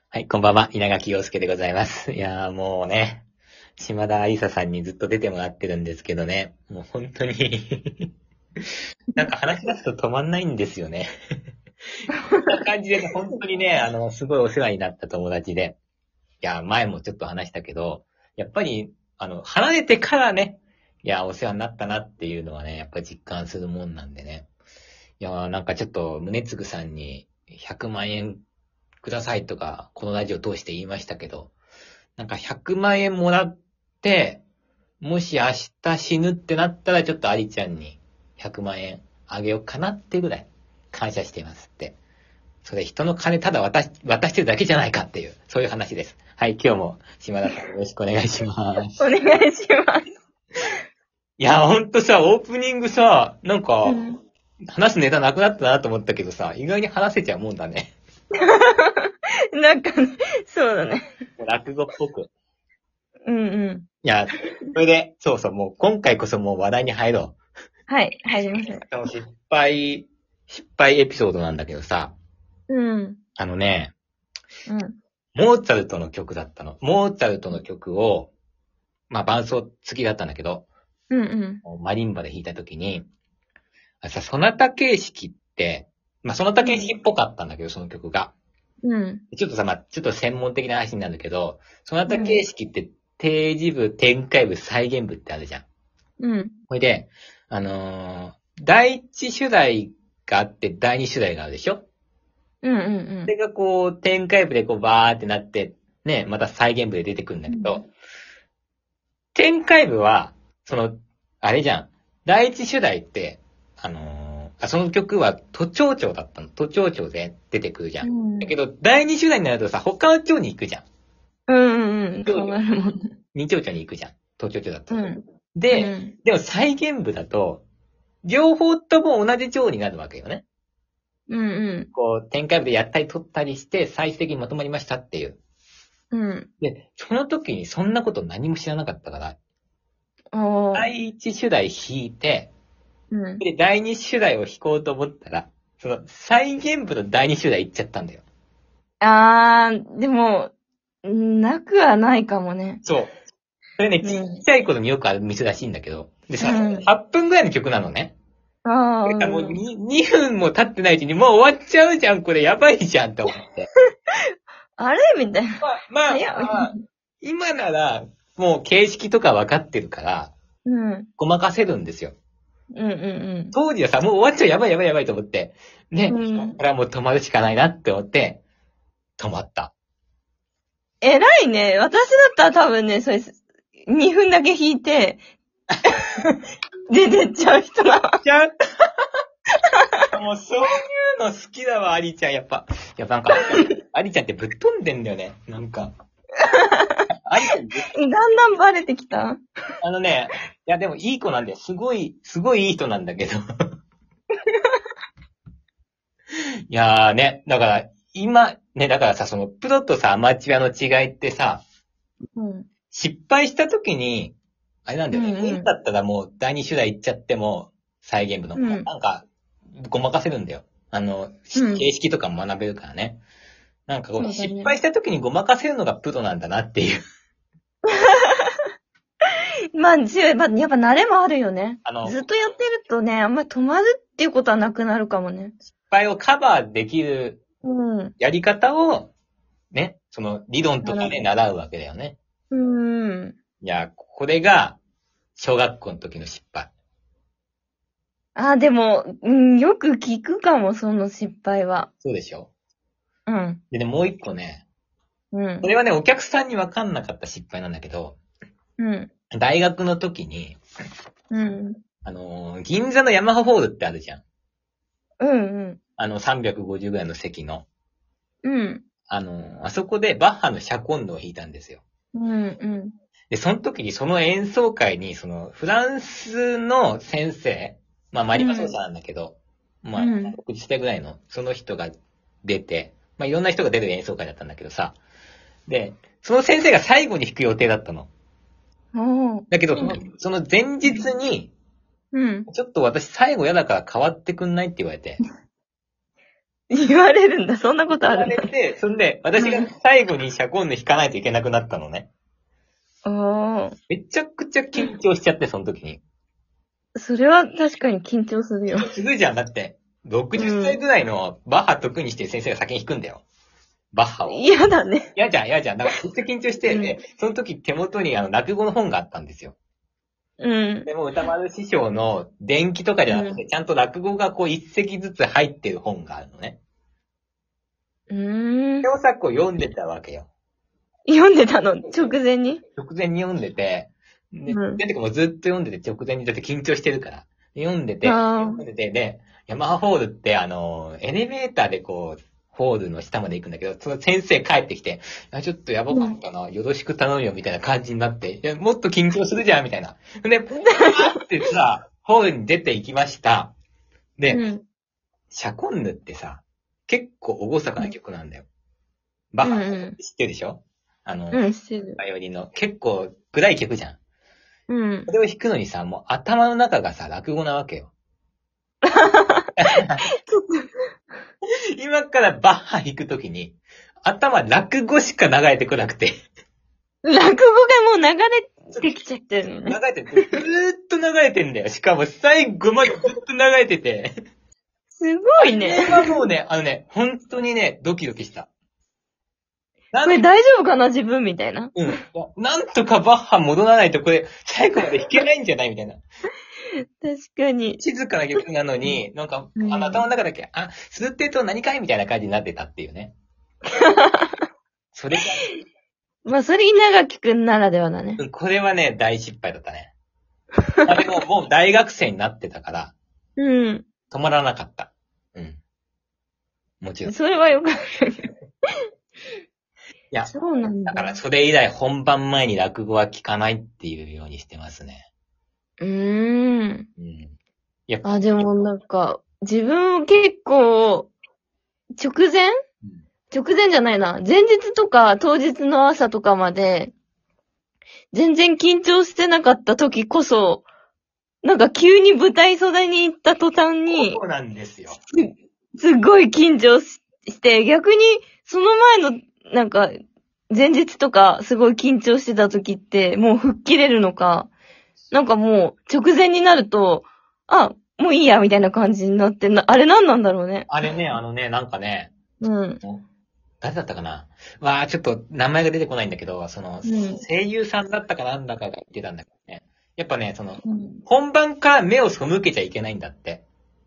はい、こんばんは。稲垣陽介でございます。いやーもうね、島田ありささんにずっと出てもらってるんですけどね、もう本当になんか話し出すと止まんないんですよね。こんな感じでね、本当にね、すごいお世話になった友達で、いや、前もちょっと話したけど、やっぱり、離れてからね、いや、お世話になったなっていうのはね、やっぱり実感するもんなんでね。いや、なんかちょっと、宗次さんに100万円くださいとか、このラジオ通して言いましたけど、なんか100万円もらって、もし明日死ぬってなったらちょっとアリちゃんに100万円あげようかなってぐらい感謝していますって。それ人の金ただ渡してるだけじゃないかっていう、そういう話です。はい、今日も島田さんよろしくお願いします。 お願いします。 いや、ほんとさ、オープニングさ、なんか、話すネタなくなったなと思ったけどさ、意外に話せちゃうもんだね。 なんかね、そうだね。 落語っぽく。 うん。 いや、それで、そうそう、もう今回こそもう話題に入ろはい、入りましょう。 う。失敗エピソードなんだけどさ、 うん。 あのね、 うん。 モーツァルトの曲だったの。モーツァルトの曲を、まあ伴奏付きだったんだけど、 うんマリンバで弾いたときに、ソナタ形式って、まあソナタ形式っぽかったんだけど、その曲が。 うん。 ちょっとさ、まあちょっと専門的な話になるんだけど、ソナタ形式って定時部、展開部、再現部ってあるじゃん。 うん。 ほいで、第一主題があって、第二主題があるでしょ。それがこう、展開部でこうバーってなって、ね、また再現部で出てくるんだけど、展開部は、あれじゃん。第一主題って、その曲は都庁長だったの。都庁長で出てくるじゃん。だけど、第二主題になるとさ、他の長に行くじゃん。 変わるもんね。 二長長に行くじゃん。都庁長だったら。 うん。 で、でも再現部だと、両方とも同じ長になるわけよね。こう、展開部でやったり取ったりして、最終的にまとまりましたっていう。で、その時にそんなこと何も知らなかったから、第一主題弾いて、で、第二主題を弾こうと思ったら、その、再現部の第二主題行っちゃったんだよ。 でも、なくはないかもね。 そう。それね、ちっちゃい頃によくあるミスらしいんだけど、でさ、8分ぐらいの曲なのね。もう2分も経ってないうちにもう終わっちゃうじゃん、これやばいじゃんって思って。 あれみたいな。 まあ、今なら、もう形式とか分かってるから、ごまかせるんですよ。当時はさ、もう終わっちゃう、やばいやばいやばいと思って、ね、これはもう止まるしかないなって思って、止まった。 偉いね。私だったら多分ね、それ、2分だけ弾いて、出てっちゃう人だわ。 もうそういうの好きだわ、アリちゃん、やっぱ。なんか、アリちゃんってぶっ飛んでんだよね、なんか。アリちゃんだんだんバレてきた。 いやでもいい子なんで、すごいいい人なんだけど。いやーね、だから、今、ね、だからさ、その、プロとさ、アマチュアの違いってさ、失敗した時に、あれなんだよね、だったらもう第二主題行っちゃっても、再現部の、なんか、ごまかせるんだよ。形式とかも学べるからね。なんかこう、失敗した時にごまかせるのがプロなんだなっていう。 まあ、やっぱ慣れもあるよね。ずっとやってるとね、あんまり止まるっていうことはなくなるかもね。 失敗をカバーできる、やり方を、ね、その理論とかで習うわけだよね。いや、これが、小学校の時の失敗。 でも、よく聞くかも、その失敗は。 そうでしょ？でね、もう一個ね、これれはね、お客さんに分かんなかった失敗なんだけど、大学の時に、銀座のヤマハホールってあるじゃん。350ぐらいの席の。あそこでバッハのシャコンドを弾いたんですよ。で、その時にその演奏会に、フランスの先生、まあ、マリマ奏者なんだけど、まあ、60歳ぐらいの、その人が出て、まあ、いろんな人が出る演奏会だったんだけどさ、で、その先生が最後に弾く予定だったの。だけど、その前日に、ちょっと私最後嫌だから変わってくんないって言われて。 言われるんだ。そんなことあるんだ。 言われて、そんで、私が最後に社交の弾かないといけなくなったのね。 ああ。 めちゃくちゃ緊張しちゃって、その時に。 それは確かに緊張するよ。 するじゃん。だって、60歳ぐらいのバッハ得意にしてる先生が先に弾くんだよ。バッハを。 嫌だね。 嫌じゃん、嫌じゃん。だからめっちゃ緊張して、 うんで、その時手元に落語の本があったんですよ。 うん。 でも歌丸師匠の伝記とかじゃなくて、ちゃんと落語がこう一席ずつ入ってる本があるのね。 うん。 小作を読んでたわけよ。 読んでたの直前に直前に読んでて、で、 うんてかもうずっと読んでて、直前にだって緊張してるから。読んでて、 あ読んでて、で、ヤマハホールってエレベーターでこう、ホールの下まで行くんだけど、その先生帰ってきて、ちょっとやばかったな、よろしく頼むよ、みたいな感じになって、いや、もっと緊張するじゃん、みたいな。で、パーってさ、ホールに出て行きました。で、 うん。 シャコンヌってさ、結構厳かな曲なんだよ。バッハ、 うん知ってるでしょうん、してる。 バイオリンの。結構暗い曲じゃん。 うん。 それを弾くのにさ、もう頭の中がさ、落語なわけよ。今からバッハ弾くときに、頭落語しか流れてこなくて。 落語がもう流れてきちゃってるのね。 流れてる。ずーっと流れてんだよ。しかも最後までずっと流れてて。 すごいこね。 れはもうね、本当にね、ドキドキした。 これ大丈夫かな自分みたいな。 うん。なんとかバッハ戻らないとこれ、最後まで弾けないんじゃないみたいな。 確かに。 静かな曲なのに、なんか、頭の中だけ、するってと何かいみたいな感じになってたっていうね。それが、 まあ、それ稲垣くんならではだね。 これはね、大失敗だったね。でも、もう大学生になってたから、 うん。 止まらなかった。うん。もちろん。いそれはよかった。 や、 そうなんだ。 だからそれ以来本番前に落語は聞かないっていうようにしてますね。うん。やっぱ、 でもなんか、自分結構、直前じゃないな。前日とか当日の朝とかまで、全然緊張してなかった時こそ、なんか急に舞台袖に行った途端にそ、うなんですよ。 すっごい緊張して、逆にその前の、なんか、前日とかすごい緊張してた時って、もう吹っ切れるのか、なんかもう直前になると、もういいや、みたいな感じになってあれ何なんだろうね。 あれね、なんかね、 うん。 誰だったかなちょっと名前が出てこないんだけど、声優さんだったかなんだかが言ってたんだけどね。やっぱね、本番から目を背けちゃいけないんだって。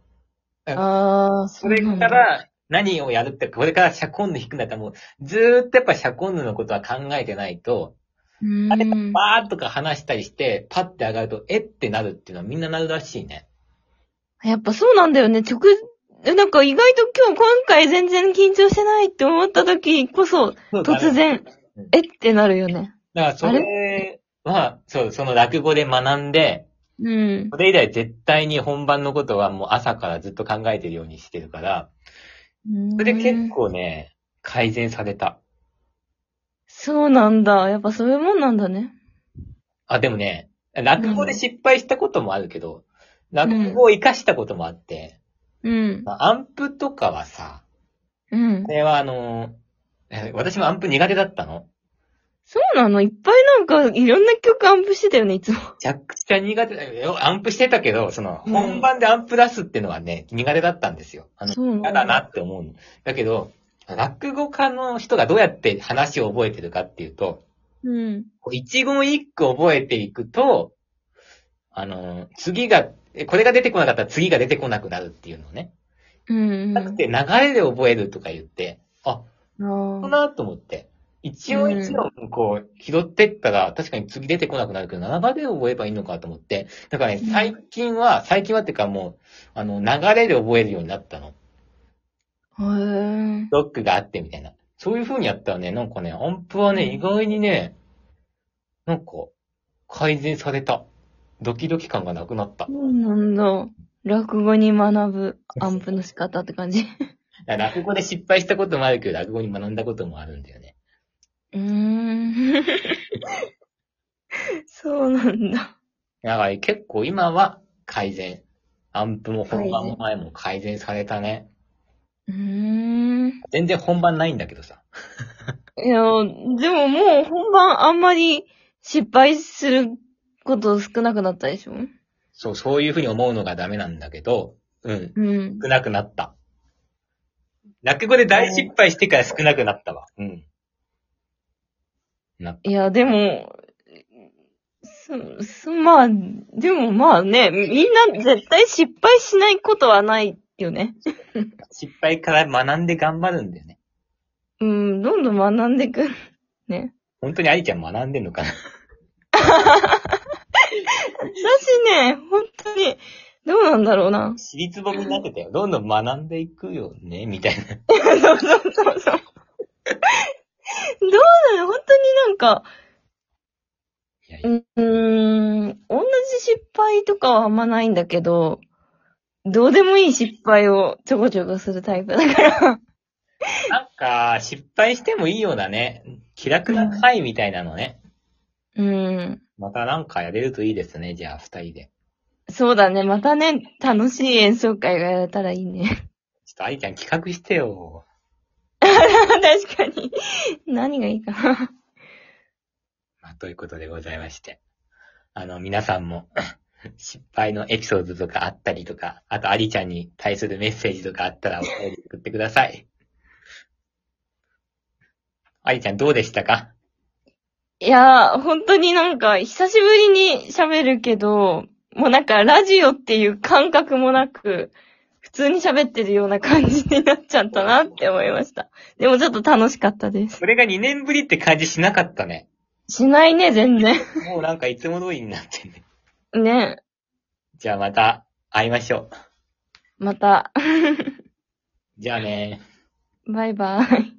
それから何をやるって、これからシャコンヌ弾くんだったらもう、ずーっとやっぱシャコンヌのことは考えてないと、バーッとか話したりして、パッて上がると、ってなるっていうのはみんななるらしいね。 やっぱそうなんだよね。なんか意外と今回全然緊張してないって思った時こそ、突然、ってなるよね。 だからそれは、そう、その落語で学んで、 うん。 それ以来絶対に本番のことはもう朝からずっと考えてるようにしてるから、それで結構ね、改善された。 そうなんだ。やっぱそういうもんなんだね。 でもね、落語で失敗したこともあるけど、落語を活かしたこともあって、アンプとかはさ、これは私もアンプ苦手だったの。 そうなの？いっぱいなんかいろんな曲アンプしてたよね、いつも。 めちゃくちゃ苦手だよ。アンプしてたけど、本番でアンプ出すっていうのはね、苦手だったんですよ。嫌だなって思うの。だけど、落語家の人がどうやって話を覚えてるかっていうと、一言一句覚えていくと、次が、これが出てこなかったら次が出てこなくなるっていうのね。なくて流れで覚えるとか言って、そうなと思って。一音一音こう拾ってったら確かに次出てこなくなるけど、流れで覚えればいいのかと思って。だからね、最近はっていうかもう、流れで覚えるようになったの。ロックがあってみたいな。そういう風にやったらね、なんかね、アンプはね、意外にね、なんか、改善された。ドキドキ感がなくなった。 そうなんだ。落語に学ぶアンプの仕方って感じ。 落語で失敗したこともあるけど、落語に学んだこともあるんだよね。 そうなんだ。 だから結構今は改善。アンプも本番も前も改善されたね。 全然本番ないんだけどさ。 いや、でももう本番あんまり失敗すること少なくなったでしょ？ そういうふうに思うのがダメなんだけど、 うん。 少なくなった。落語で大失敗してから少なくなったわ。なった。 いや、でも、まあ、でもまあね、みんな絶対失敗しないことはないよね。 失敗から学んで頑張るんだよね。 うん、どんどん学んでく。ね。 本当に愛ちゃん学んでんのかな。 私ね、本当に、どうなんだろうな。 尻つぼみになってたよ。どんどん学んでいくよね、みたいな。 そうそうそうそう。どうなの本当になんか、 いやいや同じ失敗とかはあんまないんだけど、どうでもいい失敗をちょこちょこするタイプだから。 なんか、失敗してもいいようなね、気楽な回みたいなのね。またなんかやれるといいですね、じゃあ、二人で。 そうだね。またね、楽しい演奏会がやれたらいいね。 ちょっと愛ちゃん企画してよ。 確かに。何がいいかな。 ということでございまして。皆さんも失敗のエピソードとかあったりとか、あと、アリちゃんに対するメッセージとかあったらお便り送ってください。アリちゃんどうでしたか？ いやー、本当になんか、久しぶりに喋るけど、もうなんか、ラジオっていう感覚もなく、普通に喋ってるような感じになっちゃったなって思いました。でもちょっと楽しかったです。 それが2年ぶりって感じしなかったね。 しないね、全然。 もうなんかいつも通りになってんね。 ね。 じゃあまた会いましょまた。 う。じゃあね。 バイバイ。